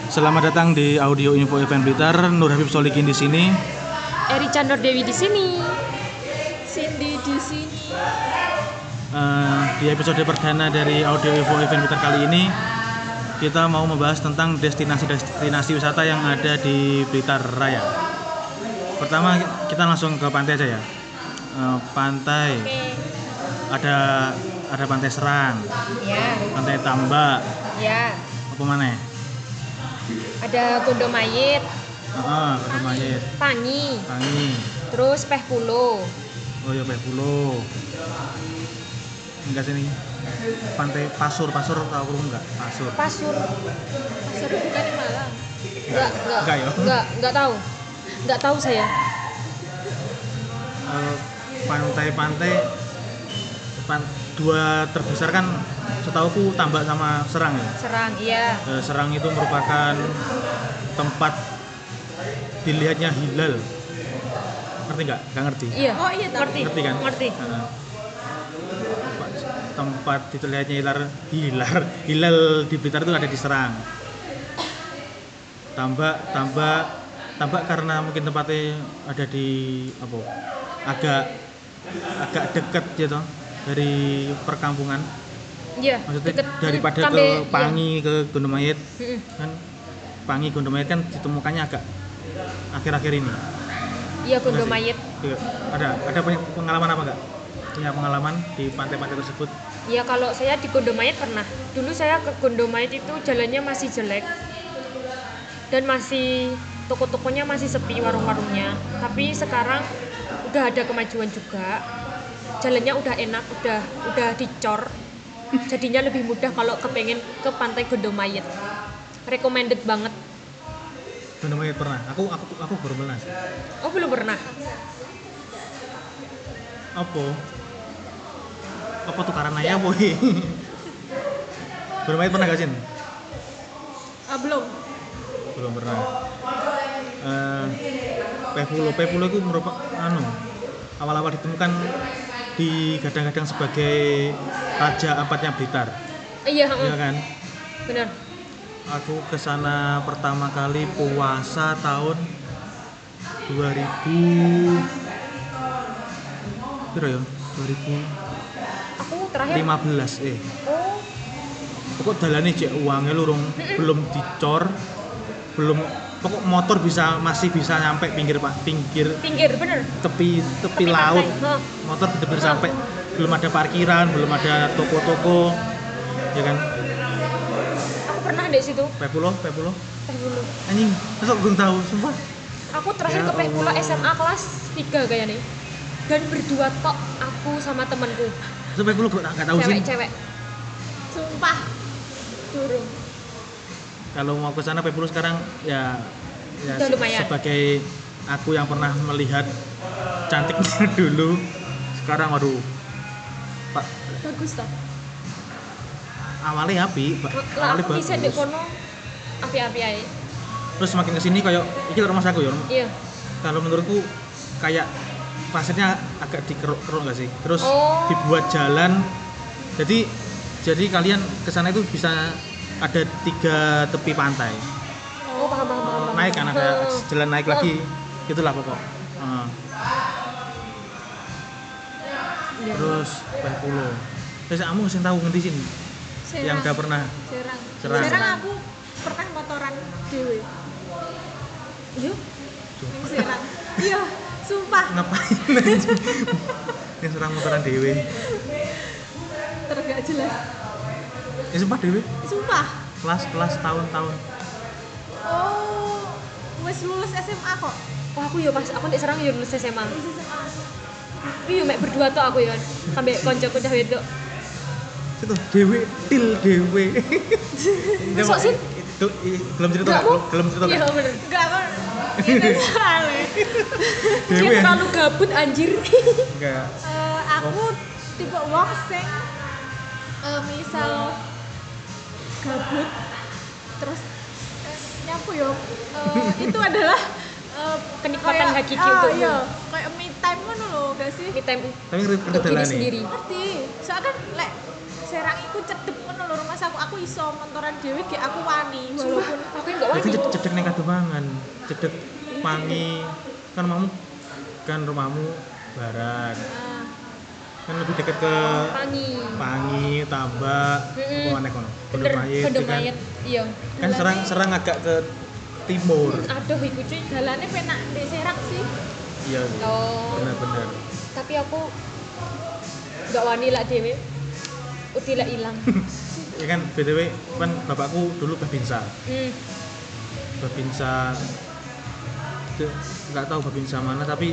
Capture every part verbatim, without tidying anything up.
Selamat datang di Audio Info Event Blitar. Nur Habib Solikin di sini. Eri Chandor Dewi di sini. Cindy di sini. Uh, di episode perdana dari Audio Info Event Blitar kali ini, kita mau membahas tentang destinasi-destinasi wisata yang ada di Blitar Raya. Pertama kita langsung ke pantai aja ya. Uh, pantai. Oke. Ada ada pantai Serang. Ya. Pantai Tambak. Ya. Apa mana? Ada Gondomayit. Heeh, Gondomayit. Pangi. Pangi. Terus Peh Pulo. Oh ya, Peh Pulo. Enggak sini. Pantai Pasur, Pasur tahu kurung enggak? Pasur. Pasur. Pasar bukan di Malang. Enggak, enggak. Enggak ya? Enggak, enggak tahu. Enggak tahu saya. Uh, pantai-pantai pan, dua terbesar kan setauku Tambak sama Serang ya. Serang, iya. Uh, Serang itu merupakan tempat dilihatnya hilal. Ngerti nggak? Nggak ngerti. Iya. Oh iya, tahu. Ngerti. Ngerti kan? Ngerti. Uh, tempat dilihatnya hilal, hilal, hilal di Blitar itu ada di Serang. Tambak, Tambak, Tambak karena mungkin tempatnya ada di apa? Agak agak dekat gitu dari perkampungan. Iya. Maksudnya Deket, daripada sampai, ke Pangi iya. ke Gondomayit Mm-mm. kan, Pangi Gondomayit kan ditemukannya agak akhir-akhir ini. Iya, Gondomayit. Iya. Ada ada punya pengalaman apa enggak? Punya pengalaman di pantai-pantai tersebut? Iya, kalau saya di Gondomayit pernah. Dulu saya ke Gondomayit itu jalannya masih jelek. Dan masih toko-tokonya masih sepi, warung-warungnya. Tapi sekarang udah ada kemajuan juga. Jalannya udah enak, udah udah dicor. Jadinya lebih mudah kalau kepengen ke pantai Gondomayit. Recommended banget. Gondomayit pernah. Aku aku aku baru pernah. Oh, belum pernah. Apa? Apa tuh karena ya boy? Gondomayit pernah gak sih? Ah, belum. Belum pernah. Eh, Peh Pulo, Peh Pulo itu merupakan anu awal-awal ditemukan digadang-gadang sebagai raja empatnya Blitar. Iya, Iya kan? benar. Aku kesana pertama kali puasa tahun dua ribu berapa ya? dua ribu Aku terakhir. lima belas eh. Oh, Pokok dalane jek uangnya lurung belum dicor, belum pokok motor bisa masih bisa nyampe pinggir pak pinggir pinggir, bener. tepi tepi Tepi laut. pantai, huh. Motor bener-bener sampai belum ada parkiran, belum ada toko-toko, ya kan? Aku pernah di situ. Peh Pulo, Peh Pulo. Peh Pulo. Anjing, masa gue tahu, sumpah. Aku terakhir Ya ke Peh Pulo Allah. S M A kelas tiga kayaknya. Dan berdua tok aku sama temanku. Itu Peh Pulo gue nggak tahu sih. Cewek-cewek. Sumpah. Durung. Kalau mau ke sana Peh Pulo sekarang ya ya Udah se- lumayan. sebagai aku yang pernah melihat cantiknya dulu, sekarang waduh. Pak, Bagus toh. awalnya api, Pak. Lah Awalnya aku bisa di bagus. kono api-api aja. Terus semakin kesini kayak iki rumah aku ya. Iya. Kalau menurutku kayak pasirnya agak dikeruk-keruk nggak sih? Terus Oh. dibuat jalan. Jadi jadi kalian kesana itu bisa ada tiga tepi pantai. Oh, paham paham paham. paham. Naik kan ada Hmm. jalan naik Hmm. lagi. Itulah pokok. Heeh. Iya. Terus Peh Pulo. Terus kamu sing tahu ngendi sini? Serang. Yang udah pernah Serang. Serang. Serang aku pernah motoran dewe. Iya. Ning Serang. Iya, sumpah. ngapain anjing? Yang serang motoran dewe. Tergak jelas. Ya sumpah dewe. Sumpah. Kelas-kelas tahun-tahun. Oh, wes lulus S M A kok. Oh, aku ya pas aku di Serang ya lulus S M A. Lulus S M A. Tapi yo mek berdua tok aku ya. Sampai konco-konco wedok. Itu dewe til dewe. Masuk sih? Itu i- belum cerita Enggak, nggak? Bu. Belum cerita Iya, nggak? bener. Enggak kok. Ini soalnya. Dia Dewe. terlalu gabut anjir. Enggak. Eh, aku tipe wong sing eh, misal gabut terus eh, nyapu yo eh, itu adalah eh, Kenikmatan kayak- hakiki ah, untukmu. iya, kayak me time ngono lho gak sih? Me time Tapi ngerti untuk diri dalane. sendiri. Ngerti. Soalnya kan lek Serang iku cedek ngono lho rumah aku. Aku iso montoran dhewe ge aku wani Sumpah, walaupun aku nggak Lagi wani. cedek cedek ning Kadumangan, cedek Pangi. Kan rumahmu kan rumahmu barat. Ah, Kan lebih dekat ke Pangi. Pangi, Tambak, Mm-mm. apa maneh kono? Bener, Gondomayit, Gondomayit. kan. Iya. Kan serang serang agak ke timur. Aduh, iku cuy. jalannya penak di Serak sih. Iya. Oh. Benar-benar. Tapi aku nggak wani lah dewe. Udah lah hilang. Ya kan B T W kan bapakku dulu Babinsa. Hmm. Babinsa de- nggak tahu Babinsa mana tapi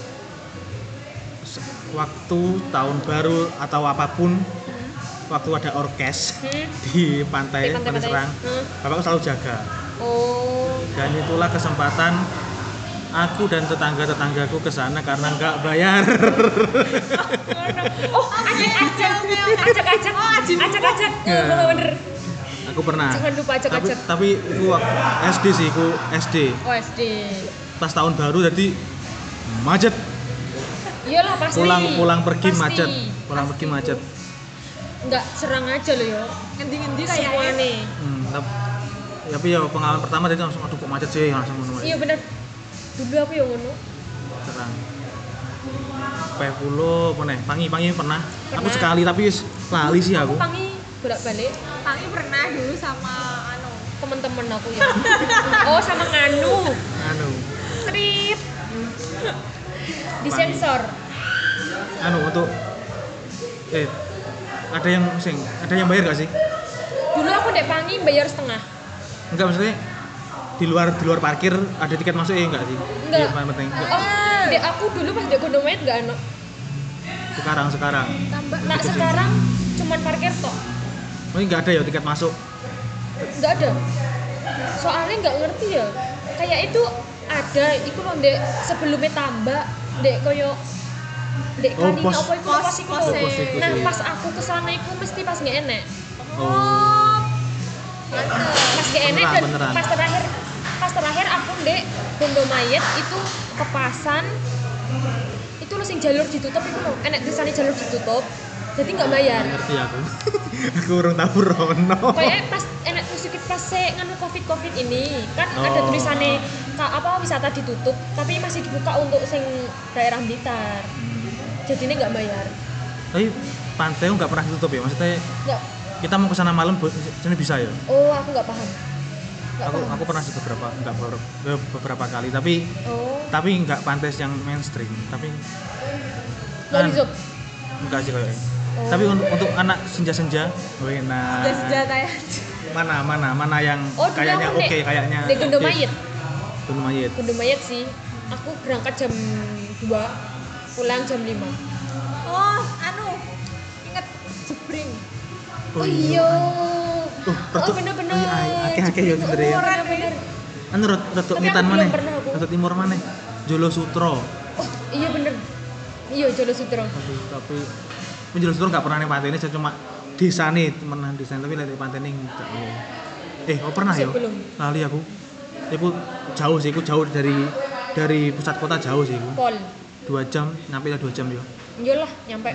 se- waktu tahun baru atau apapun waktu ada orkes Hmm. di pantai Di Pantai pantai-pantai. Serang, Hmm. bapakku selalu jaga. Oh. Dan itulah kesempatan aku dan tetangga-tetanggaku ke sana karena nggak bayar. Oh, ajak-ajak. Ajak-ajak. Oh, ajin Ajak-ajak. Ya. Oh, bener. Aku pernah. Jangan lupa Tapi, ajak-ajak. tapi itu waktu S D sih, aku S D. Oh, S D. Pas tahun baru jadi macet. Iyalah pasti. Pulang pulang pergi Pasti. macet. Pulang pergi macet. Enggak serang aja loh yo. Ngendi-ngendi Semua kayaknya. nih. Hmm, tapi, tapi ya pengalaman pertama jadi langsung aduh kok macet sih langsung ngono. Iya bener. Dulu aku yang ngono. Serang. P sepuluh apa nih? Pangi Pangi pernah. Aku Pernah. sekali tapi wis lali sih aku. Pangi bolak-balik Pangi pernah dulu sama anu. temen-temen aku ya. Oh, sama nganu. Anu, Trip. Disensor. anu untuk eh ada yang sing, ada yang bayar gak sih? Dulu aku dek Pangi bayar setengah. Enggak maksudnya di luar di luar parkir ada tiket masuk ya enggak sih? Enggak. Iya, paling penting. Enggak. Oh, dek aku dulu pas dek Gondomayit enggak ono. Sekarang sekarang. Tambah. Nah, sekarang cuman parkir tok. Oh, enggak ada ya tiket masuk. Enggak ada. Soalnya enggak ngerti ya. Kayak itu ada iku loh dek sebelumnya tambah dek koyo dek Oh, kanina pos. apa iku Pos, pas iku pos lho. pos iku Nah, sih. pas aku kesana iku mesti pas nggak enek. Oh. Pas nggak enek Beneran, dan beneran. pas terakhir pas terakhir aku dek Gondomayit itu kepasan itu lo sing jalur ditutup itu loh enek tulisannya jalur ditutup jadi nggak bayar. Nggak ngerti aku. Aku urung tahu rono. Kayak pas enek sedikit pas se nganu covid covid ini kan ada Oh. tulisannya ka, apa wisata ditutup tapi masih dibuka untuk sing daerah Blitar jadinya nggak bayar. Tapi pantai nggak pernah ditutup ya? Maksudnya Nggak. kita mau ke sana malam bo- sini bisa ya? Oh, aku nggak paham. Nggak Aku paham. aku pernah sih beberapa enggak beberapa kali tapi Oh, tapi nggak pantai yang mainstream tapi Wali An- Zop. enggak sih kayaknya. Oh. Tapi untuk untuk anak senja-senja, wena. Sudah senjata ya. Mana mana mana yang Oh, dulu kayaknya aku oke dek- kayaknya. dek Gondomayit. Gondomayit. Gondomayit sih. Aku berangkat jam dua, pulang jam lima. Oh, anu. Ingat jebring. Oh iya. Tuh, Oh, rotok- bener-bener. oh iya, akeh-akeh ya sebenarnya ya. Oh, bener-bener. Anu rot rotok Tapi ngitan aku mana? belum pernah aku. Rotok timur mana? Jolo Sutro. Oh, iya bener. Iya, Jolo Sutro. Aduh, tapi tapi Jolo Sutro nggak pernah nih pantai ini, saya cuma desa nih, temenan desa tapi lagi pantai ini enggak. Eh, oh pernah ya? Sebelum. Lali aku. Iku jauh sih, iku jauh dari dari pusat kota jauh sih iku. Pol. Dua jam, nyampe lah dua jam ya. Iyalah, nyampe.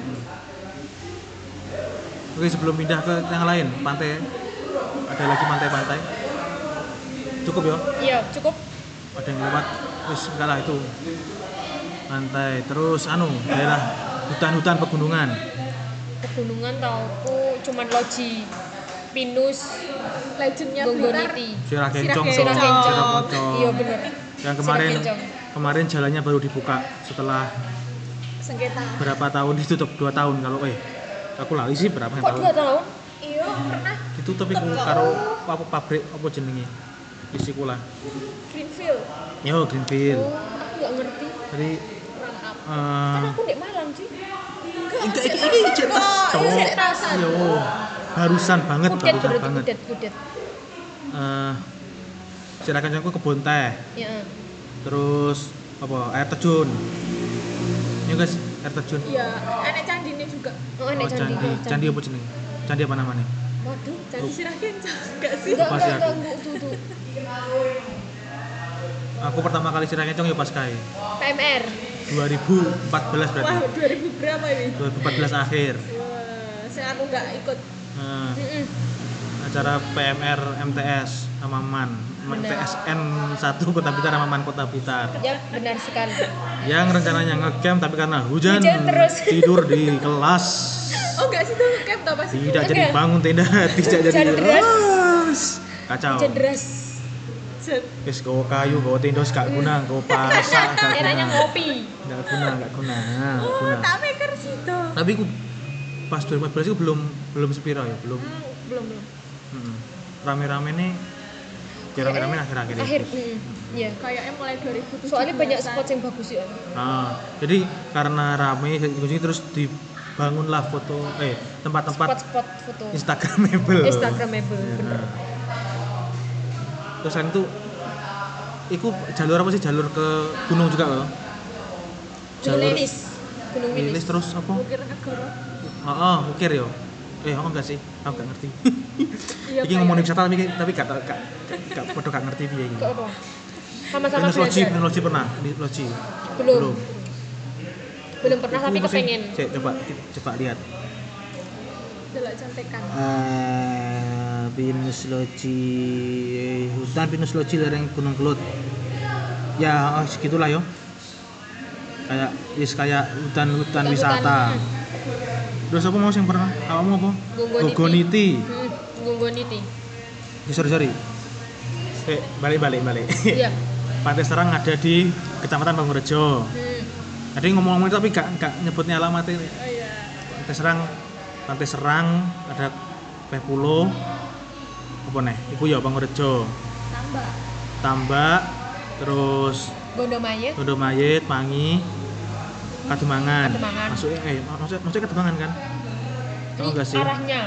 Oke, sebelum pindah ke yang lain, pantai. Ada lagi pantai-pantai. Cukup ya? Iya, cukup. Ada yang lewat, wis enggak lah itu. Pantai, terus anu, daerah hutan-hutan pegunungan. Pegunungan tauku cuman Loji, Pinus, Legendnya Blitar. Gonggoniti. Sirah Kencong, Sirah so. Sirah Kencong. Kencong. Sirah Kencong. Iya bener. Yang kemarin Sirah Kencong. kemarin jalannya baru dibuka setelah Sengketa. berapa tahun ditutup? Dua tahun kalau eh aku lali sih berapa Kok tahun? dua tahun? Iya, pernah. Ditutup iku karo apa pabrik apa jenenge? Di Sikula. Greenfield. Yo Greenfield. Oh, aku nggak ngerti. Jadi Run up. Kan eh aku di Malang sih. enggak iki iki cerita cowok. Yo barusan banget, Kudet barusan berarti banget. kudet, kudet. Eh Sirah Kencongku kebun teh. Ya. Terus apa air terjun. Ini guys, air terjun. Iya, enek candine juga. Oh, enek Oh, candi. candi. Candi apa jenenge? Candi apa namanya? Waduh. Candi Sirah Kencong. Enggak sih? Enggak, Lupa sih enggak, aku. enggak, tuh, tuh. Aku pertama kali Sirah Kencong ya pas kae. P M R. dua ribu empat belas berarti. Wah, dua ribu berapa ini? dua ribu empat belas akhir. Wah, saya aku nggak ikut. Nah, Mm-mm. acara P M R M T S. sama Man, Man T Benar. S N satu Kota Blitar sama Man Kota Blitar. Ya, benar sekali. Yang rencananya ngecamp tapi karena hujan, Hujan terus. tidur di kelas. Oh enggak sih tuh camp tau pasti. Tidak jadi Enggak. bangun tenda, tidak jadi Hujan deras. kelas. Kacau. Hujan deras. Wis gowo kayu, gowo tenda gak guna, gowo pasak gak guna. Enaknya ngopi. Gak guna, gak guna. Gak Oh, guna. tak pikir situ. Tapi aku pas dua ribu empat belas itu belum belum sepiro ya, belum. Hmm, belum belum. Mm-mm. Rame-rame nih. Ya rame-rame akhir-akhir ini. Akhir, mm, iya. Kayaknya mulai dua ribu tujuh belas. Soalnya banyak spot yang bagus ya. Ah, jadi karena rame ujung terus dibangunlah foto eh tempat-tempat Spot-spot foto. Instagramable. Instagramable, Ya. bener. Terus kan itu iku jalur apa sih? Jalur ke gunung juga loh. Gunung Wilis. Gunung Wilis Wilis. terus apa? Ukir negara. Heeh, ukir yo. Eh, aku enggak sih, aku enggak ngerti. Iya. Iki ngomongin wisata tapi tapi gak gak gak gak podo gak ngerti piye iki. Kok apa? Sama-sama Pinus Loji, belajar. Pinus Loji pernah di Loji. Belum. Belum pernah tapi Iku mesti- kepengen. Cek, coba coba lihat. Delok cantekan. Eh, Pinus Loji, hutan Pinus Loji lereng Gunung Kelut. Ya, oh, segitulah yo. Kayak is kayak hutan-hutan Hutan-hutan, wisata. hmm. Terus apa mau yang pernah? Kamu apa? Gonggoniti. Gonggoniti. Hmm, Gonggoniti. Eh, sorry sorry. Eh, balik balik balik. Iya. Pantai Serang ada di Kecamatan Bangurejo. Hmm. Tadi ngomong-ngomong itu tapi gak, gak nyebutnya alamatnya. Oh iya. Pantai Serang, Pantai Serang ada Teh Pulo. Apa nih? Iku ya Bangurejo. Tambah. Tambak, terus Gondomayet. Gondomayit, Mangi, Kademangan. Kademangan. Masuknya eh maksudnya maksudnya Kademangan kan? Tahu enggak sih? Arahnya.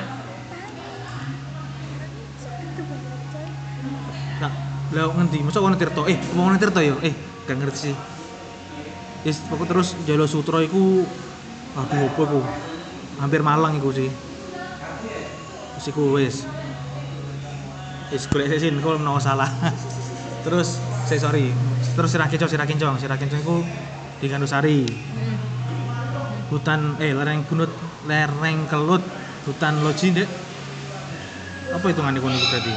Nah, lah ngendi? Masa ono Tirto? Eh, wong ono Tirto ya? Eh, gak ngerti sih. Yes, pokok terus Jalo Sutro iku aduh apa iku? Hampir Malang iku sih. Terus iku wis. Wis golek sih kalau menawa salah. Terus saya sorry. Terus Sirah Kincong, Sirah Kincong, Sirah Kincong iku di Kandusari. Hmm. Hutan eh lereng Gunut, lereng Kelut, hutan Loji, Dek. Apa hitungannya kono iku berarti?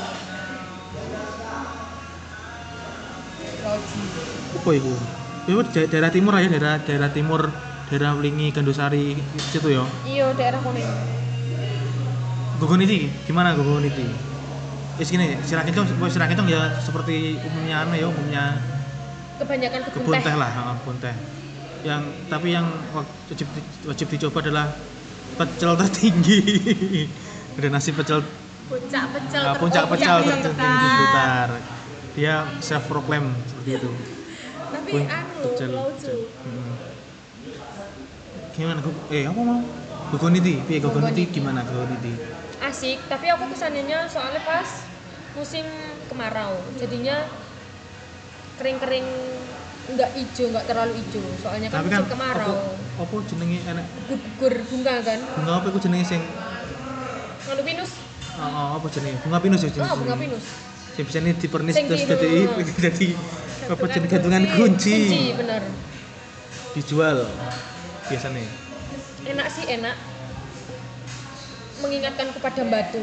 Loji. Apa iku? Itu da- daerah timur ya, daerah daerah timur, daerah Wlingi, Gandusari situ ya. Iya, daerah kono. Gonggoniti, gimana Gonggoniti? Wis gini, Sirah Kincong, Sirah Kincong ya seperti umumnya anu ya, umumnya Kebanyakan kebun kebun teh. teh lah, heeh, kebun teh. Yang tapi yang wajib wajib dicoba adalah pecel tertinggi. Ada nasi pecel, Puncak pecel. uh, puncak pecel tertinggi tertinggi di Blitar. Dia self proclaim seperti itu. Tapi Pun- anu pecel, lucu. pecel. Hmm. Gimana Gu- eh apa mau? Gonggoniti, piye Gonggoniti Gonggoniti. gimana Gonggoniti? Asik, tapi aku kesannya soalnya pas musim kemarau. Jadinya kering-kering, nggak hijau, nggak terlalu hijau. Soalnya kan Tapi kan musim kemarau. apa, apa jenenge enak Gugur bunga kan. bunga apa iku jenenge sing Nganu pinus. oh, oh, apa jenenge? Bunga pinus ya jenenge. Oh, bunga pinus. Sing bisa nih dipernis Sing terus biru. jadi jadi apa Gantungan jenis gantungan kunci. kunci. Kunci, bener. Dijual biasanya. Enak sih, enak. Mengingatkanku pada batu.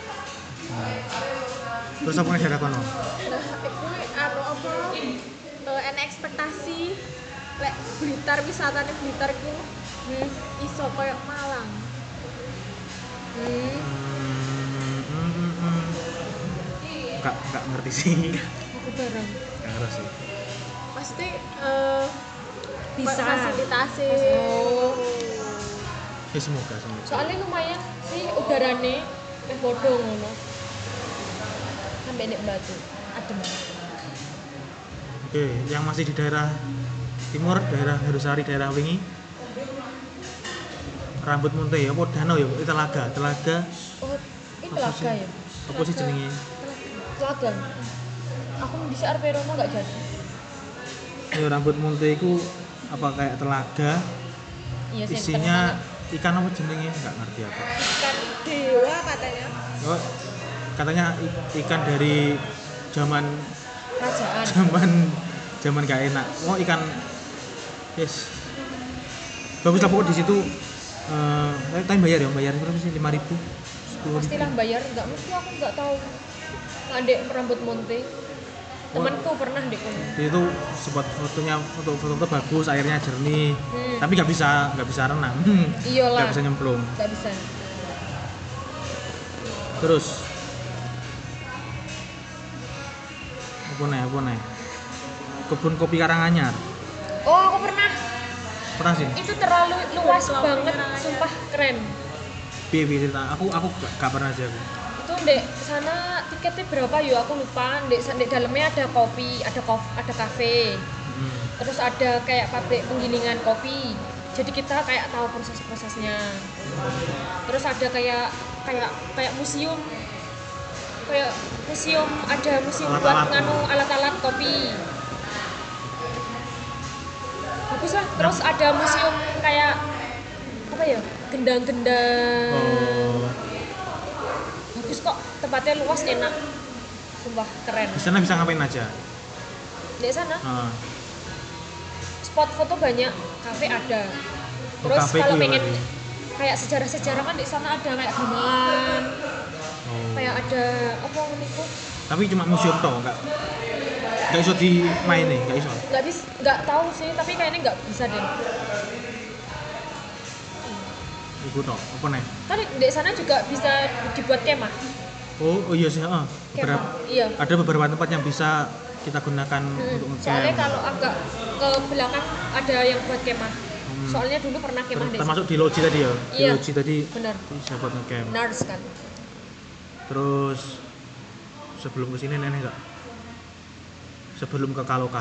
Terus apa yang daerah kono? Nah, iku anu apa? Eh, enak ekspektasi lek Blitar wisatane Blitar iku Hmm. iso koyo Malang. Hmm. Hmm, hmm, hmm, hmm. Nggak, nggak ngerti sih. Aku bareng. Nggak ngerti sih. Pasti eh Bisa. fasilitasi. Oh. Ya semoga semoga. Soalnya lumayan sih udarane meh padha ngono. Sampai nek batu. Adem. Oke, yang masih di daerah timur, daerah Harusari, daerah Wingi. Rambut Munte ya, apa danau ya, telaga, telaga. Oh, ini Apa sih? telaga ya? Apa sih jenenge? Telaga. Aku bisa arep rono enggak jadi. Ya rambut Munte itu apa kayak telaga, Iya sih. isinya ikan apa jenenge? Nggak ngerti apa. Ikan dewa katanya. Oh, katanya i- ikan dari zaman kerajaan. zaman zaman gak enak. Oh ikan, yes. Bagus lah pokoknya di situ. Eh, tapi bayar ya, bayar berapa sih? Lima ribu, sepuluh ribu. Pastilah bayar, enggak mesti aku enggak tahu. Landek rambut monte. Temanku pernah deh kono. Itu spot fotonya foto foto bagus, airnya jernih. Hmm. Tapi nggak bisa nggak bisa renang. Iyalah. Nggak bisa nyemplung. Nggak bisa. Terus apa nih apa nih? Kebun kopi Karanganyar. Oh, aku pernah. Pernah sih. Itu terlalu luas banget, sumpah keren. Piye piye cerita? Aku aku gak, gak pernah sih aku. Itu ndek sana tiketnya berapa ya aku lupa. Ndek ndek dalamnya ada kopi, ada kof, ada kafe. Hmm. Terus ada kayak pabrik penggilingan kopi. Jadi kita kayak tahu proses-prosesnya. Terus ada kayak kayak kayak museum. Kayak museum, ada museum buat Alat-alat. nganu alat-alat kopi. Bagus lah. Terus ada museum kayak apa ya? Gendang-gendang. Oh, Bagus kok, tempatnya luas, enak. Sumpah keren. di sana bisa ngapain aja? Di sana Heeh. spot foto banyak, kafe ada. Oh, Terus kafe kalau itu ya pengen berarti? kayak sejarah-sejarah kan di sana ada kayak gamelan, Oh. kayak ada apa itu? Tapi cuma museum toh, enggak enggak iso dimainin, enggak iso. Nggak bisa, nggak tahu sih, tapi kayaknya nggak bisa deh. Iku toh, apa nih? Kan di sana juga bisa dibuat kemah. Oh, oh iya sih, heeh. Beberapa Kemah, iya. ada beberapa tempat yang bisa kita gunakan Hmm, untuk ngecamp. soalnya kalau agak ke belakang ada yang buat kemah. Hmm. Soalnya dulu pernah kemah di termasuk di loji tadi ya. Di Iya. loji tadi Benar. bisa buat ngecamp. Benar sekali. Terus sebelum ke sini nenek enggak? Sebelum ke Kaloka.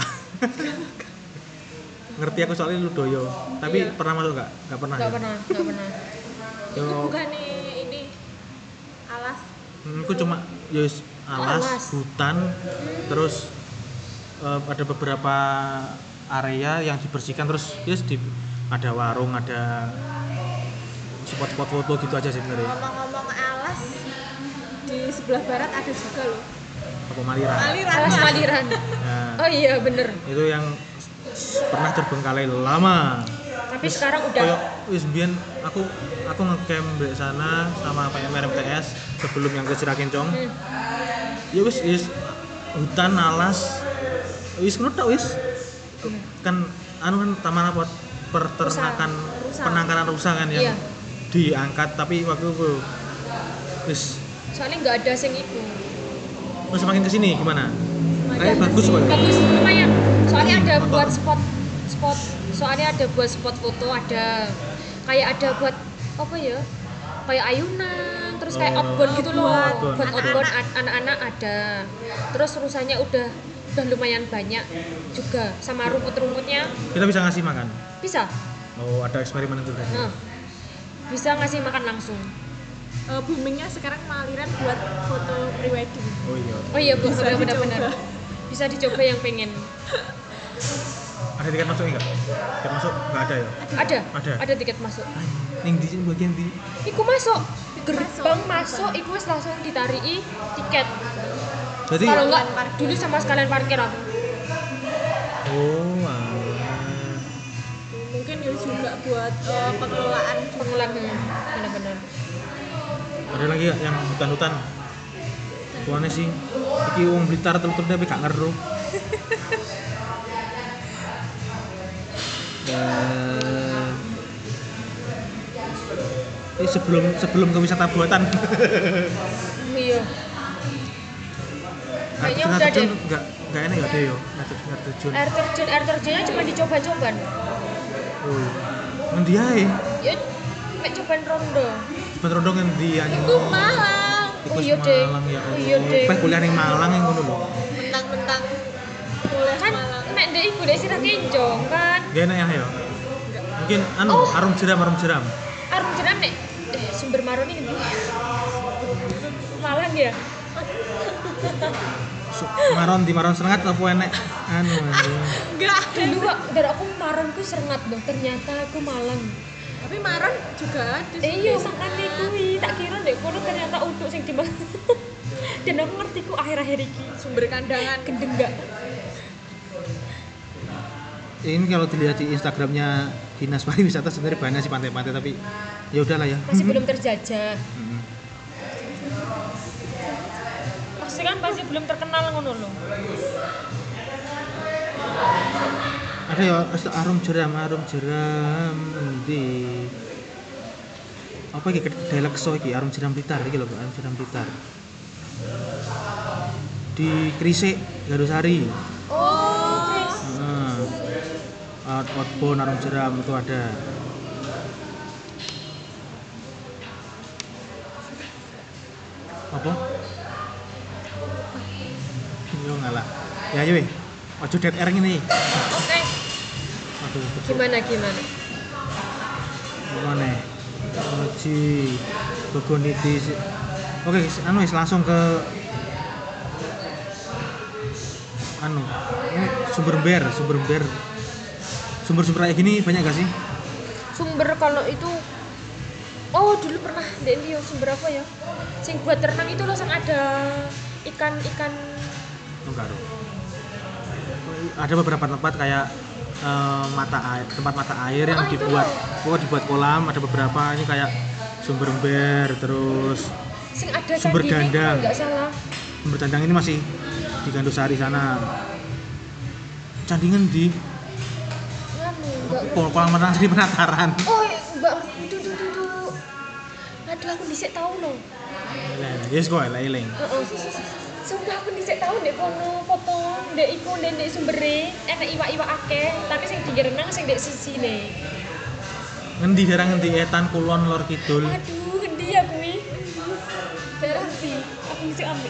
Ngerti aku soalnya Ludoyo, tapi Iya. pernah masuk enggak? Enggak pernah. Nggak ya? pernah, nggak pernah. Itu Yo, bukan nih ini alas. hmm, aku cuma yus alas, Alas. hutan, terus eh, ada beberapa area yang dibersihkan terus yes di ada warung, ada spot-spot foto gitu aja sih sebenarnya. Ngomong-ngomong alas, di sebelah barat ada juga loh. Apa Maliran? Aliran. Alas Mas. Maliran. Nah, Oh iya bener. itu yang pernah terbengkalai lama. Tapi sekarang udah. Kayak wis biyen aku aku ngecamp di sana sama P M R M T S sebelum yang ke Cirakencong. Hmm. Ya wis wis hutan alas wis ngono tok wis. Kan anu kan taman apa peternakan Rusa. penangkaran rusa kan yang Iya. diangkat tapi waktu itu wis Soalnya nggak ada sing itu. terus semakin kesini gimana? Kayak bagus kok. Bagus lumayan. Soalnya Ini ada motor. buat spot spot. Soalnya ada buat spot foto, ada kayak ada buat apa ya? Kayak ayunan, terus kayak Oh. outbound gitu loh. Outbound. Buat outbound a- anak-anak ada. Terus rusanya udah udah lumayan banyak juga sama rumput-rumputnya Kita bisa ngasih makan. bisa. Oh, ada eksperimen itu tadi. Nah, bisa ngasih makan langsung. Eh, boomingnya sekarang Maliran buat foto prewedding. Oh iya. Oh iya bu, Bisa benar-benar. dicoba. Bisa dicoba yang pengen. Ada tiket masuk enggak? Tiket masuk enggak ada ya? Ada, Ada. ada tiket masuk. Ning di sini bagian di Iku masuk, gerbang Masuk. masuk, iku wis langsung ditariki tiket. Jadi Kalau enggak dulu sama sekalian parkir aku. oh, alah. Mungkin ya juga buat eh, pengelolaan Pengulang hmm, benar-benar. Ada lagi nggak yang hutan-hutan? Tuane sih, iki wong Blitar telur tapi gak ngeru. Dan ini sebelum sebelum ke wisata buatan. Iya. Kayaknya Air udah terjun deh. nggak nggak enak ya deh yo air terjun air terjun. Air terjun, air terjunnya cuma dicoba-coba. Oh, ngendi ae? Ya, mek cobain rondo. Bener dong ngendi anjing. itu Malang. Iku Oh iya, Deng. Malang ya Oh iya, Allah. Deng. Peh kuliah ning Malang yang ngono lho. Mentang-mentang kuliah Kan Malang. mek ndek iku ndek Cirakencong kan. Gak enak ya yo. Mungkin anu Oh. arum jeram arum jeram. Arum jeram nek eh, sumber maroni ini. Malang ya. Su- Maron di Maron Serengat apa enek anu anjing. Enggak. Dulu Wak, dari aku maronku serengat loh. Ternyata aku Malang. Tapi Maron juga ada. Eh iya makanya kuwi tak kira ndek kono ternyata untuk sing dimas. Dan aku ngerti ku akhir-akhir iki Sumber kandangan. gendeng gak. Ini kalau dilihat di Instagramnya Dinas Pariwisata sebenarnya banyak sih pantai-pantai tapi ya udahlah ya. Masih belum terjajah. Mm. Asik kan masih belum terkenal ngono lho. Ada ya arum jeram, arum jeram endi? Apa iki kedai lekso iki arum jeram Blitar iki lho, arum jeram Blitar. Di Krisik, Garosari. Oh, Chris. Heeh. Out outbound arum jeram itu ada. Apa? Yo ngalah. Ya ayo weh. Ojo dead air ngene. Oke. Aduh, betul. Gimana gimana? Gimana? Oji. Gogoniti. Oke, anu wis langsung ke anu. Ini sumber ber, sumber ber. Sumber-sumber kayak gini banyak gak sih? Sumber kalau itu oh dulu pernah dek dia sumber apa ya? Sing buat renang itu loh, yang ada ikan-ikan. Enggak ada. Ada beberapa tempat kayak eh, mata air, tempat mata air yang Oh, itu dibuat, loh. oh dibuat kolam. Ada beberapa ini kayak sumber ber, terus Sing ada Sumber candi itu, gandang. nggak salah. sumber dandang ini masih di Gandusari sana. Candi ngendi? Nganu, nggak Kol kolam renang di Penataran. Oh, iya, mbak, itu, itu, itu, itu. Aduh, aku dhisik tahu loh. Yes kok eling. Heeh. Sumpah aku dhisik tahu ndek kono foto, ndek iku ndek ndek sumbere, enak iwak-iwak akeh, tapi sing di renang sing ndek sisine. Ngendi daerah ngendi etan kulon lor kidul. Aduh, ngendi ya kuwi? Daerah ndi? Aku mesti ambil.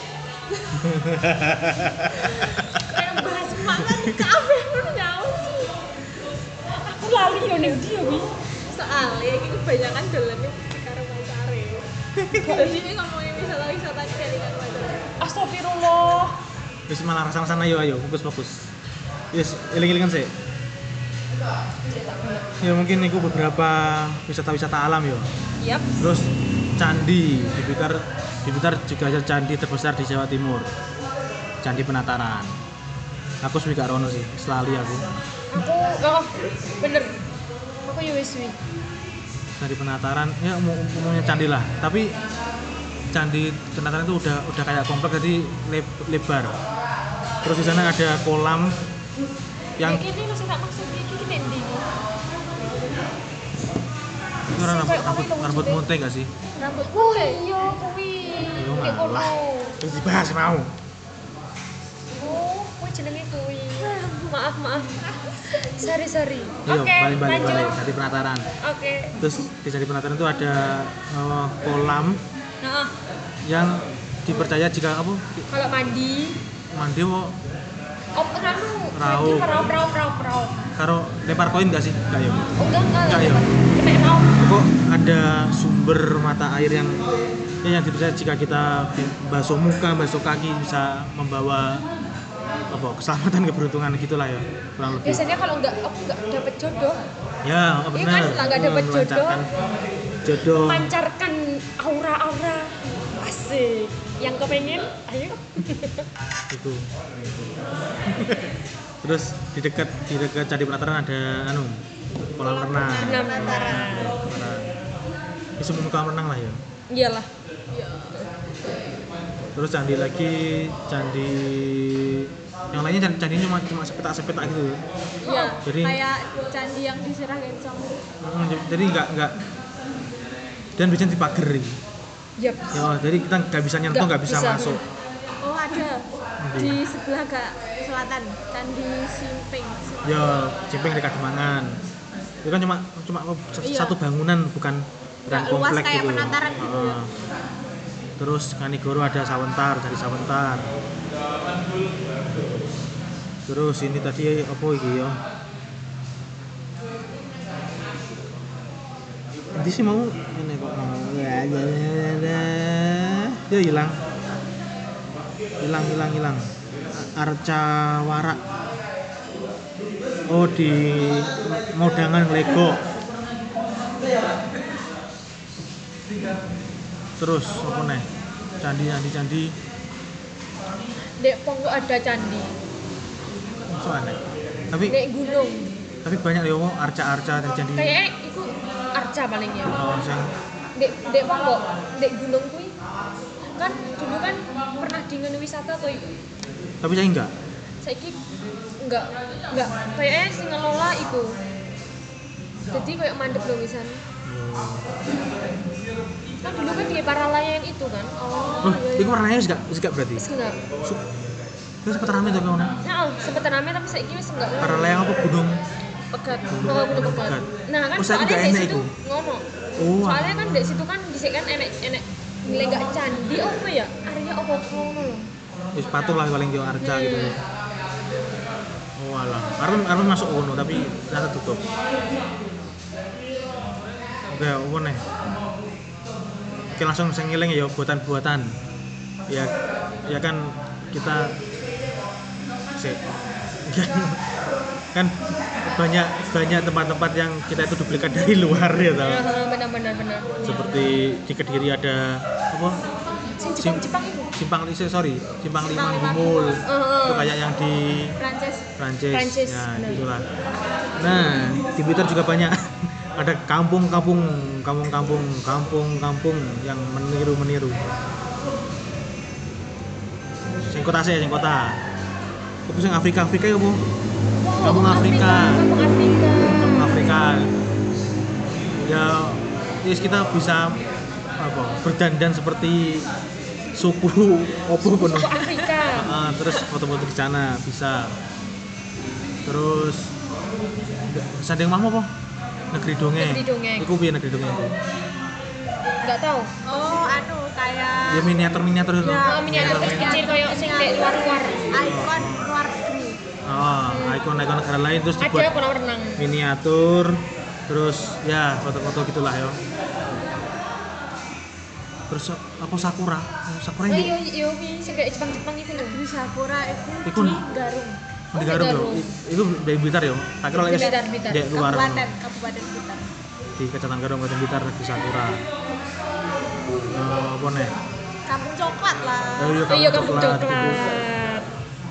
Kayak bahas semangat kabeh ngono nyaut sih. Aku lali yo nek ndi yo kuwi. Soalnya ini kebanyakan dolannya karo pacare. Jadi ini ngomongin wisata-wisata kelingan pacare. Astagfirullah. Wis malah rasang sana yo ayo fokus fokus. Yes, eling-elingan sih. Ya mungkin itu beberapa wisata-wisata alam yo. Yap. Terus candi di Blitar, di Blitar juga ada candi terbesar di Jawa Timur. Candi Penataran. Aku suwi gak rono sih, selalu aku. Aku oh bener. Aku yo wis wi. Candi Penataran, ya umum- umumnya candi lah. Tapi candi Penataran itu udah udah kayak kompleks jadi leb- lebar. Terus di sana ada kolam yang Yang ini masih tak maksud iki iki nek ndi? itu rambut kayak rambut, kopi rambut maksudnya. munte gak sih? Rambut Oh putih. iya kuwi. Iya Nek kono. malah. Terus dibahas mau. Oh, kuwi jenenge kuwi. Maaf, maaf. Sorry, sorry. Iya, Oke, balik balik lanjut. balik Candi Penataran. Oke. Terus di Candi Penataran itu ada eh, kolam Nah, yang dipercaya jika apa kalau mandi, mandi wo oh anu, Raup. mandi raup raup raup raup. karo lempar koin gak sih? Gak ya. Oh enggak enggak. Enggak, ya? Kena raup. Kok ada sumber mata air yang ya, yang dipercaya jika kita basuh muka, basuh kaki bisa membawa apa keselamatan keberuntungan gitulah ya kurang lebih. Biasanya kalau enggak aku enggak dapat jodoh, Ya Iya benar. kan, kalau nggak dapet jodoh. Melancarkan jodoh. memancarkan aura-aura asik. Yang kepengen, ayo. Itu. Terus di dekat di dekat Candi Penataran ada anu kolam renang. Renang Penataran. Renang. Ini semua kolam renang lah ya. Iyalah. Terus candi lagi candi yang lainnya candi, candi cuma cuma sepetak-sepetak gitu. Iya. Jadi- Kayak candi yang di Sirah Gencong. Hmm, jadi nggak nggak dan biasanya dipager ini. Yap. Ya, jadi kita nggak bisa nyentuh, Nggak nggak bisa, bisa. masuk. Oh ada Nanti. di sebelah ke selatan Candi Simping. Ya, Cimping dekat Demangan. Itu kan cuma cuma s- Iya. satu bangunan bukan bukan Nggak luas komplek kayak gitu. Penataran gitu ya. Heeh. Terus Kanigoro ada Sawentar, dari Sawentar. Terus ini tadi apa iki ya? Nanti sih mau ini kok mau ya ya ya ya ya hilang hilang hilang hilang Arca Warak. Oh di Modangan Lego. Terus apa nih? Candi candi candi. Dek Ponggo ada candi. Soalnya. Tapi Dek gunung. tapi banyak ya wong arca-arca dan candi. Kayaknya itu arca paling ya. Oh, sing Dek Dek Ponggo, Dek gunung kuwi. Kan dulu kan pernah jadi ngene wisata to iku. Tapi saya enggak. Saiki enggak enggak kayaknya sing ngelola iku. Jadi kayak mandek lho wisan. Kan dulu kan di Paralayang itu kan. Oh. Oh, iya, iku warnanya wis gak wis gak berarti. Wis enggak. Terus sempat rame tapi ono. Nah, sempet rame tapi saiki wis enggak. Para layang apa gunung? Pegat. Oh, kudu pegat. Nah, kan Oh, saiki soalnya gak di enak situ iku. ngono. Oh. Soalnya kan di situ kan dhisik kan enek enek nilai gak candi apa ya? Area apa ngono lho. Wis patuh lah paling yo Arca gitu. Hmm. Oh alah, Arun Arun masuk kono tapi ternyata tutup. Oke, apa nih? Oke, langsung sing ngeling ya buatan-buatan. Ya ya kan kita sih kan banyak banyak tempat-tempat yang kita itu duplikat dari luar ya tau. Ya, benar-benar benar. Seperti di Kediri ada apa? Sing Jepang-Jepang itu. Simpang Lise, sorry, Simpang Lima Lima Gumul. Heeh. Itu kayak yang di Prancis. Prancis. Prancis, Ya, benar. itulah. Nah, di Blitar juga banyak ada kampung-kampung, kampung-kampung, kampung-kampung yang meniru-meniru. Sing kota sih, sing kota. Itu sing Afrika-Afrika ya, Bu. Kampung Afrika. Kampung Afrika. Kampung Afrika. Ya, yes, kita bisa apa? Berdandan seperti suku opo pun. Suku Afrika. Ah, terus foto-foto di sana bisa. Terus Sandeng Mahmo apa? Negeri Dongeng. Negeri Dongeng. Iku piye negeri dongeng itu? Enggak tahu. Oh, anu kayak Ya miniatur-miniatur itu. Oh, Ya, miniatur kecil kayak sing kayak luar-luar. ikon luar negeri. Oh, ikon-ikon negara lain terus Ada dibuat kolam renang. miniatur. Terus ya foto-foto gitulah ya. Terus apa Sakura? Sakura Oh yang iya iya wi sing kayak Jepang-Jepang itu lho. Negeri Sakura itu Iku di Garung. di Garut di loh. Garut. Itu dari Blitar ya. Tak kira lagi Blitar, Blitar. di luar Kabupaten Kabupaten Blitar. di Kecamatan Garut Kabupaten Blitar di Sakura. Eh, apa nih? Kampung coklat lah. Oh iya, Oh iya kampung coklat. coklat.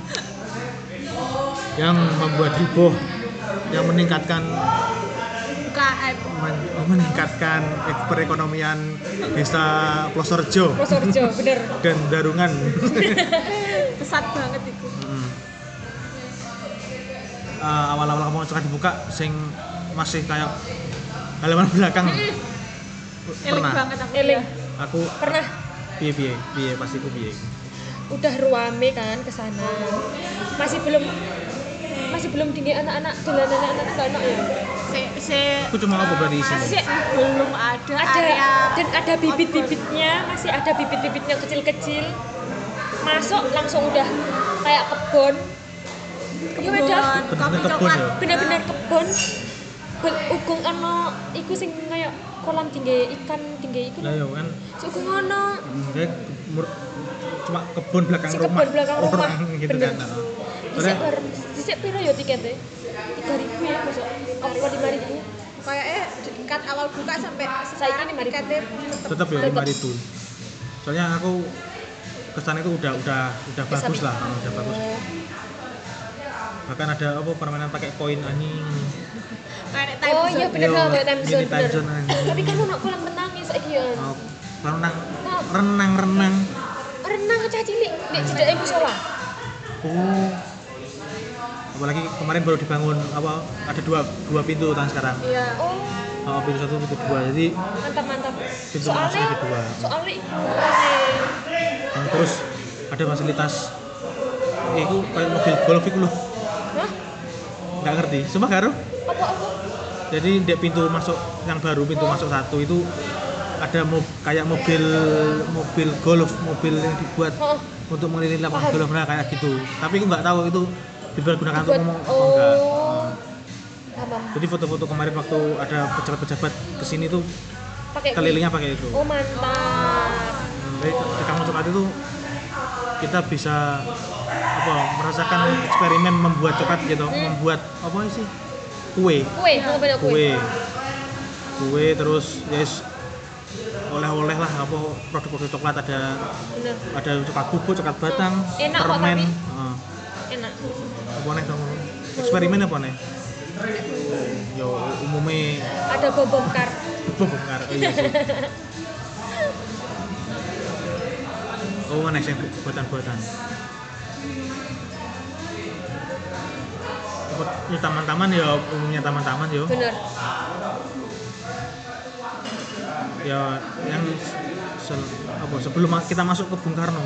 Yang membuat heboh, yang meningkatkan U K M. men- meningkatkan perekonomian desa Plosorjo Prosorjo bener. dan Darungan. Pesat banget itu. Hmm. Eh, awal-awal kamu coklat dibuka, sing masih kayak halaman belakang. Eling Pernah. banget aku. Eling. ya. Aku Pernah piye piye piye pasti aku piye. udah ruame kan ke sana. Masih belum masih belum tinggi anak-anak dolanan anak-anak anak ya. Se se Aku cuma apa berarti Masih isinya? belum ada, ada area dan ada bibit-bibitnya, masih ada bibit-bibitnya kecil-kecil. Masuk langsung udah kayak kebon. Iya beda. kebun, Bener-bener kopi kebun coklat. ya? Bener-bener kebon. Bel- Ugung ano iku sing kayak kolam tinggi ikan tinggi iku. Lah ya kan. Ugung ono. Hmm, kayak mur- cuma kebun belakang Si rumah kebun belakang rumah. orang gitu Bener. kan. Nah. Dhisik Soalnya ber dhisik piro ya tiketnya? tiga ribu ya masuk. Apa lima ribu? Kayaknya dekat awal buka sampai sekarang lima ribu. tiketnya tetap ya lima ribu. Soalnya aku kesana itu udah udah udah Bisa bagus bi- lah, udah bagus. Bahkan ada apa permainan pakai koin anjing. kayak time Oh zone. iya bener Yo, kan kayak time mini zone time bener. zone aja. Tapi kan ono kolam renang ya saiki ya. Oh, renang renang renang. Renang cah cilik nek cedake musola. Oh. Apalagi kemarin baru dibangun apa ada dua dua pintu kan sekarang. Iya. Oh, Oh, pintu satu pintu dua. Jadi mantap-mantap. Pintu Soalnya masuk kedua. soalnya iku yang terus ada fasilitas eh, itu kayak mobil golf itu loh. Hah? Nggak ngerti. Sumpah karo. Apa-apa? Jadi di pintu masuk yang baru pintu masuk satu itu ada mo kayak mobil mobil golf, mobil yang dibuat Heeh. untuk mengelilingi lapangan Paham. golf nah kayak gitu. Tapi aku nggak tahu itu dipergunakan untuk Buat- ngomong apa enggak. Oh. Nah, Paham. jadi foto-foto kemarin waktu ada pejabat-pejabat kesini tuh Pakai kelilingnya pakai itu. Oh, mantap. Jadi di kampung coklat itu kita bisa apa merasakan eksperimen membuat coklat gitu, Hmm. membuat apa sih kue, Kue, apa banyak kue? kue, kue terus yes oleh-oleh lah apa produk-produk coklat ada Bener. ada coklat bubuk, coklat batang, Enak kok permen, tapi. Heeh. Enak. apa nih kamu eksperimen apa nih? Yo umumnya Ada bom bom kar. bongkar, oh iya sih. Oh, mana yang buatan-buatan. Ini taman-taman ya, umumnya taman-taman yo. Bener. Ya yang se- apa sebelum kita masuk ke Bung Karno.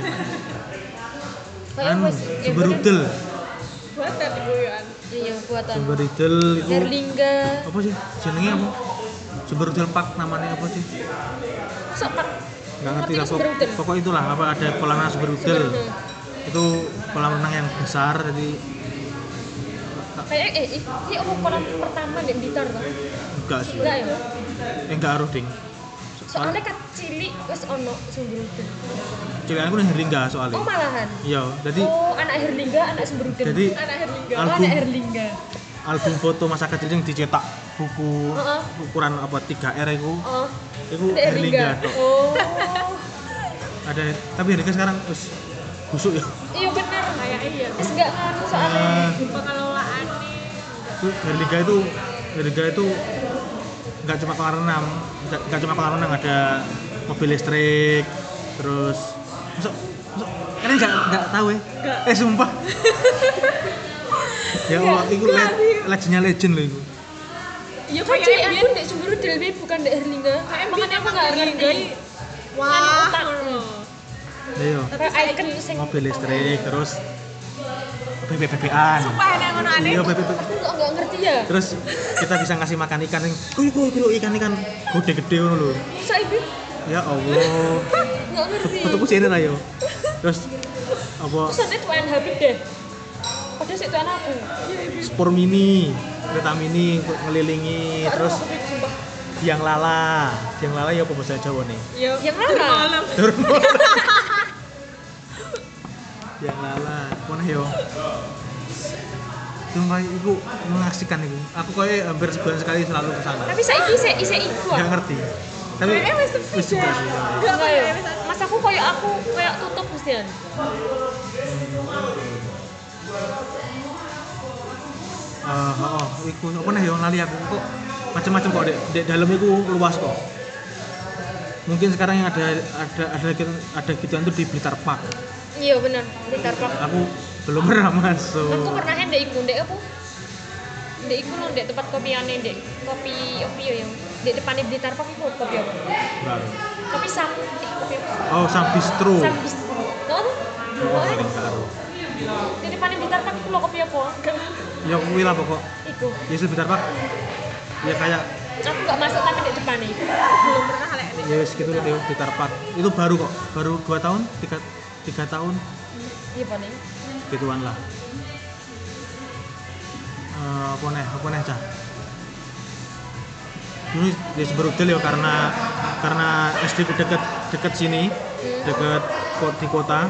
Kayak Kan wes ya sumber bener. udel. Buatan guyon. Iya, buatan. Sumber udel itu Herlingga. apa sih? Jenenge apa? Sumber udel Park namanya apa sih? Sok Pak. Nggak ngerti lah, sumber pok- udel. pokok itulah apa ada kolam renang sumber udel. Sumber udel. Itu kolam renang yang besar jadi Kayak eh ih, ini apa kolam pertama di Blitar Pak? enggak sih. Enggak ya? Eh enggak aruh ding. Soalnya kan cilik wis ono sumber udel. Cilik aku nih Herlingga soalnya. Oh malahan. Iya, jadi Oh, anak Herlingga, anak sumber udel. jadi Anak Herlingga. Oh, album anak Herlingga. album foto masa kecil yang dicetak buku Heeh. ukuran apa tiga R itu. Oh. Itu Anak Herlingga. tok. Oh. Ada tapi Herlingga sekarang wis busuk ya. Iya bener. Kayak iya. Wis enggak nganu soalnya. Eh, Pengelolaan nih. itu Herlingga itu Herlingga itu nggak cuma kolam renang, nggak nggak cuma kolam renang, ada mobil listrik, terus masuk masuk kalian nggak nggak tahu ya? Eh sumpah. Ya Allah, itu le- legendnya legend loh itu. Iya Kan kayak cilik biyen. aku ndek sumber udel Bi, bukan ndek Herlingga. Makanya aku enggak ngerti. Wah. otak. ngono. Iya, Kayak icon sing mobil listrik, terus B B B-an. Sumpah enak ngono aneh. Iya, B B B. aku enggak enggak ngerti ya. Terus kita bisa ngasih makan ikan yang kuy kuy kuy ikan-ikan gede-gede ngono lho. Saiki Ya Allah. enggak ngerti. Fotoku sini lah yo. Terus apa Terus ada tuan Habib deh. Padahal sik tuan aku. sport mini, kereta mini untuk ngelilingi, Gak terus eruh aku sumpah. tiang lala, tiang lala ya apa bahasa Jawa nih? Yo. Yang mana? Malam. Turun tiang lala, mana yo? Sumpah itu mengasihkan itu. Aku kayak hampir sebulan sekali selalu ke sana. Tapi saiki isih isih iku Gak ah. ngerti. Tapi Kayaknya wis sepi wis suka deh. sih. ya. Enggak Enggak ya. kayak Mas aku koyo aku koyo tutup mestian. Eh, oh, iku apa nih yo lali aku kok macam-macam kok dek dek dalam iku luas kok. Mungkin sekarang yang ada ada ada gitu- ada gituan tuh di Blitar Park. Iya bener, Blitar Park. Aku belum pernah masuk. Aku pernah ndek iku, ndek apa? Ndek iku lho, ndek tempat kopiane ndek kopi opi yo yang ndek depane Blitar Park iku kopi apa? Baru. Kopi sam eh, kopi apa? Oh, Sam Bistro. Sam bis. Tahu tuh? Oh, Oh, paling baru. Ndek depane Blitar Park iku lho kopi apa? Ya kuwi lah pokok. Iku. Ya Blitar Park. Ya kayak Aku gak masuk tapi ndek depane. belum pernah lek. ya wis gitu deh Blitar Park. Itu baru kok, baru dua tahun, tiga tiga tahun Iya paling. gituan lah. Eh, apa nih, apa nih cah? Dulu di Seberudel ya karena karena S D ku deket deket sini, deket ko- di kota.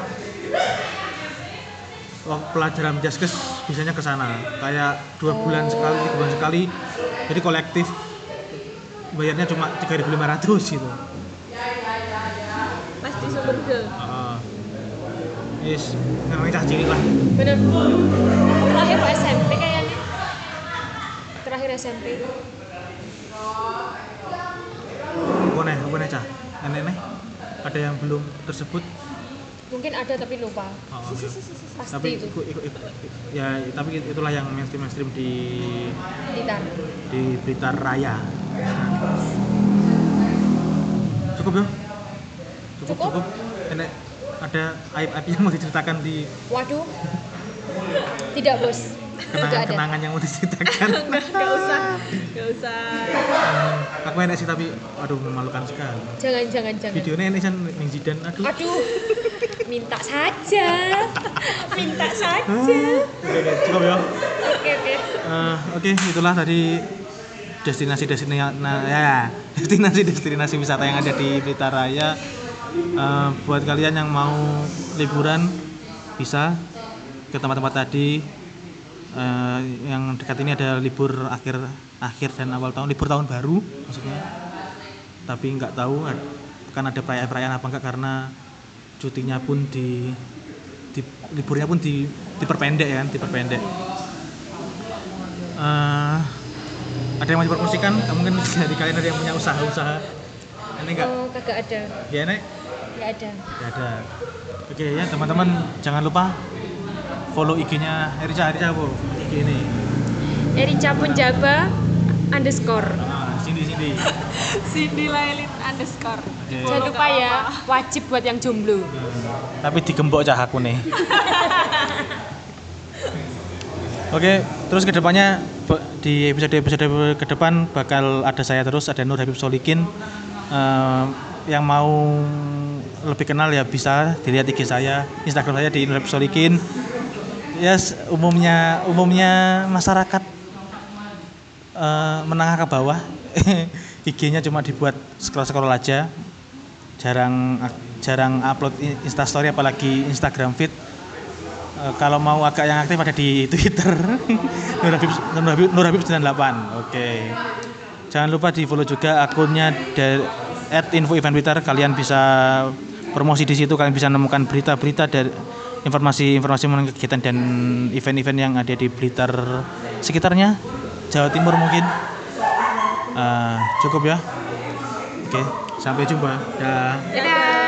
Waktu pelajaran jaskes biasanya ke sana. Kayak dua bulan sekali, tiga bulan sekali. Jadi kolektif bayarnya cuma tiga ribu lima ratus gitu. Pas di Sumbergel. Heeh. Yes, namanya cah cilik lah. Bener. Aku terakhir S M P kayaknya. Terakhir S M P. Apa nih, apa nih cah? Nenek-nenek ada yang belum tersebut. Mungkin ada tapi lupa. Oh, iya. Pasti Tapi itu. ikut, ikut, ikut, ya tapi itulah yang mainstream mainstream di Blitar. di Blitar Raya. Cukup ya? Cukup, Cukup. cukup. Nenek ada aib-aib yang mau diceritakan di Waduh. Tidak, Bos. Tidak ada. kenangan-kenangan yang mau diceritakan. Enggak, enggak usah. Enggak usah. Hmm, aku enak sih tapi aduh memalukan sekali. Jangan, jangan, jangan. Videonya enak kan yang Zidan, aduh. Aduh. Minta saja. Minta saja. Ah, Oke, oke, cukup ya. Oke, oke. Eh, Oke, itulah tadi destinasi-destinasi nah, ya, destinasi-destinasi wisata yang ada di Blitar Raya. Eh, buat kalian yang mau liburan bisa ke tempat-tempat tadi. Eh, yang dekat ini ada libur akhir akhir dan awal tahun, libur tahun baru maksudnya. Tapi nggak tahu ad- kan ada perayaan-perayaan apa enggak karena cutinya pun di, di liburnya pun di diperpendek ya, diperpendek. Eh, ada yang mau dipromosikan? Mungkin dari kalian ada yang punya usaha-usaha? Ini enggak? Oh, kagak ada. Ya, Nek? Nggak ada. Nggak ada. Oke ya teman-teman, jangan lupa follow I G-nya Erica. Erica apa? I G ini. Erica Punjaba underscore. Ah, sini sini. Cindy Lailin underscore. Oke. Jangan lupa ya, wajib buat yang jomblo. Hmm, tapi digembok cah aku nih. Oke, terus kedepannya be- di episode-episode ke depan bakal ada saya terus, ada Nur Habib Solikin. Eh, yang mau lebih kenal ya bisa dilihat I G saya, Instagram saya di Nur Habib Solikin. Ya yes, umumnya umumnya masyarakat eh, menengah ke bawah. I G-nya cuma dibuat scroll-scroll aja. Jarang jarang upload Instastory apalagi Instagram feed. Uh, kalau mau agak yang aktif ada di Twitter Nur Habib Nur Habib, Nur Habib sembilan delapan. Oke. Jangan lupa di follow juga akunnya dari at info event Twitter. Kalian bisa promosi di situ, kalian bisa menemukan berita-berita dari informasi-informasi mengenai kegiatan dan event-event yang ada di Blitar sekitarnya, Jawa Timur mungkin. Uh, cukup ya. Oke, sampai jumpa. Dah. Dadah.